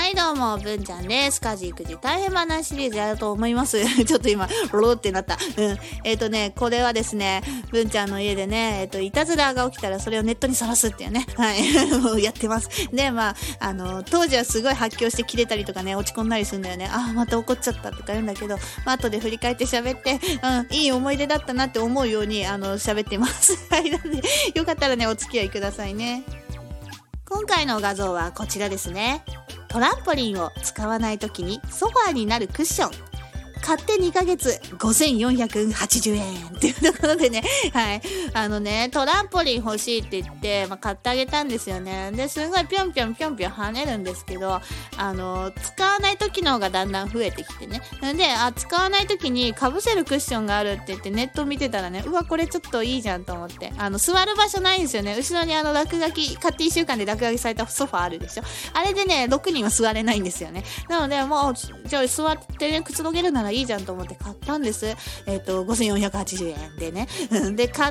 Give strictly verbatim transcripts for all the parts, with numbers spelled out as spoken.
はいどうも、文ちゃんです。家事育児大変話シリーズやると思います。ちょっと今、ロロってなった。うん。えっ、ー、とね、これはですね、文ちゃんの家でね、えっ、ー、と、いたずらが起きたらそれをネットにさらすっていうね。はい。もうやってます。で、まあ、あの、当時はすごい発狂してキレたりとかね、落ち込んだりするんだよね。ああ、また怒っちゃったとか言うんだけど、まあ、後で振り返って喋って、うん、いい思い出だったなって思うように、あの、喋ってます。はい。なんで、よかったらね、お付き合いくださいね。今回の画像はこちらですね。トランポリンを使わないときにソファーになるクッション。買ってにかげつごせんよんひゃくはちじゅうえんっていうところでね、はい。あのね、トランポリン欲しいって言って、まあ、買ってあげたんですよね。で、すごいぴょんぴょんぴょんぴょん跳ねるんですけど、あの、使わない時の方がだんだん増えてきてね。で、あ、使わない時に被せるクッションがあるって言ってネット見てたらね、うわ、これちょっといいじゃんと思って。あの、座る場所ないんですよね。後ろにあの、落書き、買っていっしゅうかんで落書きされたソファーあるでしょ。あれでね、ろくにんは座れないんですよね。なので、もう、じゃあ座ってね、くつろげるならいいじゃんと思って買ったんです。えっと、ごせんよんひゃくはちじゅうえんでね。で、買って、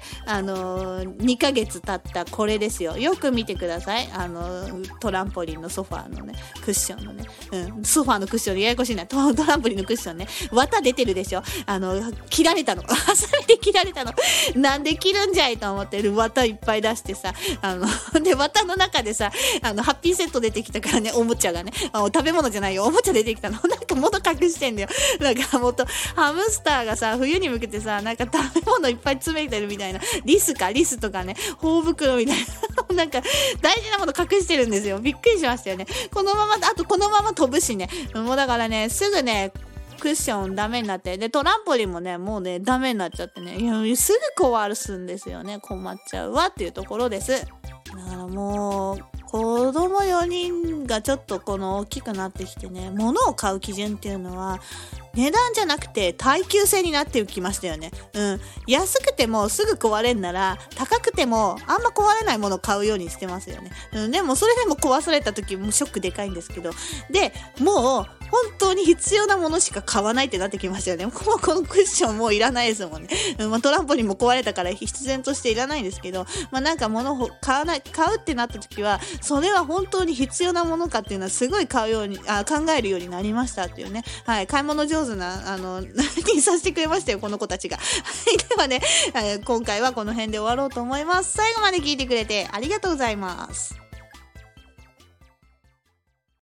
あのー、にかげつ経ったこれですよ。よく見てください。あのー、トランポリンのソファーのね、クッションのね。うん、ソファーのクッションでややこしいな。ト, トランポリンのクッションね。綿出てるでしょ。あの、切られたの。ハサミで切られたの。なんで切るんじゃいと思ってる。綿いっぱい出してさ。あの、で、綿の中でさ、あの、ハッピーセット出てきたからね、おもちゃがね。あ、食べ物じゃないよ。おもちゃ出てきたの。なんか元隠してんだよ。なんかもっと、ハムスターがさ、冬に向けてさ、なんか食べ物いっぱい詰めてるみたいな。リスか、リスとかね、頬袋みたいな。なんか、大事なもの隠してるんですよ。びっくりしましたよね。このまま、あとこのまま飛ぶしね。もうだからね、すぐね、クッションダメになって、で、トランポリンもね、もうね、ダメになっちゃってね、いや、すぐ壊すんですよね。困っちゃうわっていうところです。だからもう、子供よにんがちょっとこの大きくなってきてね、物を買う基準っていうのは、値段じゃなくて耐久性になってきましたよね。うん。安くてもすぐ壊れんなら、高くてもあんま壊れないものを買うようにしてますよね。うん。でもそれでも壊された時もショックでかいんですけど。で、もう本当に必要なものしか買わないってなってきましたよね。もうこのクッションもういらないですもんね。うん。まあ、トランポリンも壊れたから必然としていらないんですけど、まあなんか物を買わない、買うってなった時は、それは本当に必要なものかっていうのはすごい買うように、あ、考えるようになりましたっていうね。はい。買い物上手な、あの、にさせてくれましたよ、この子たちが。はい。ではね、今回はこの辺で終わろうと思います。最後まで聞いてくれてありがとうございます。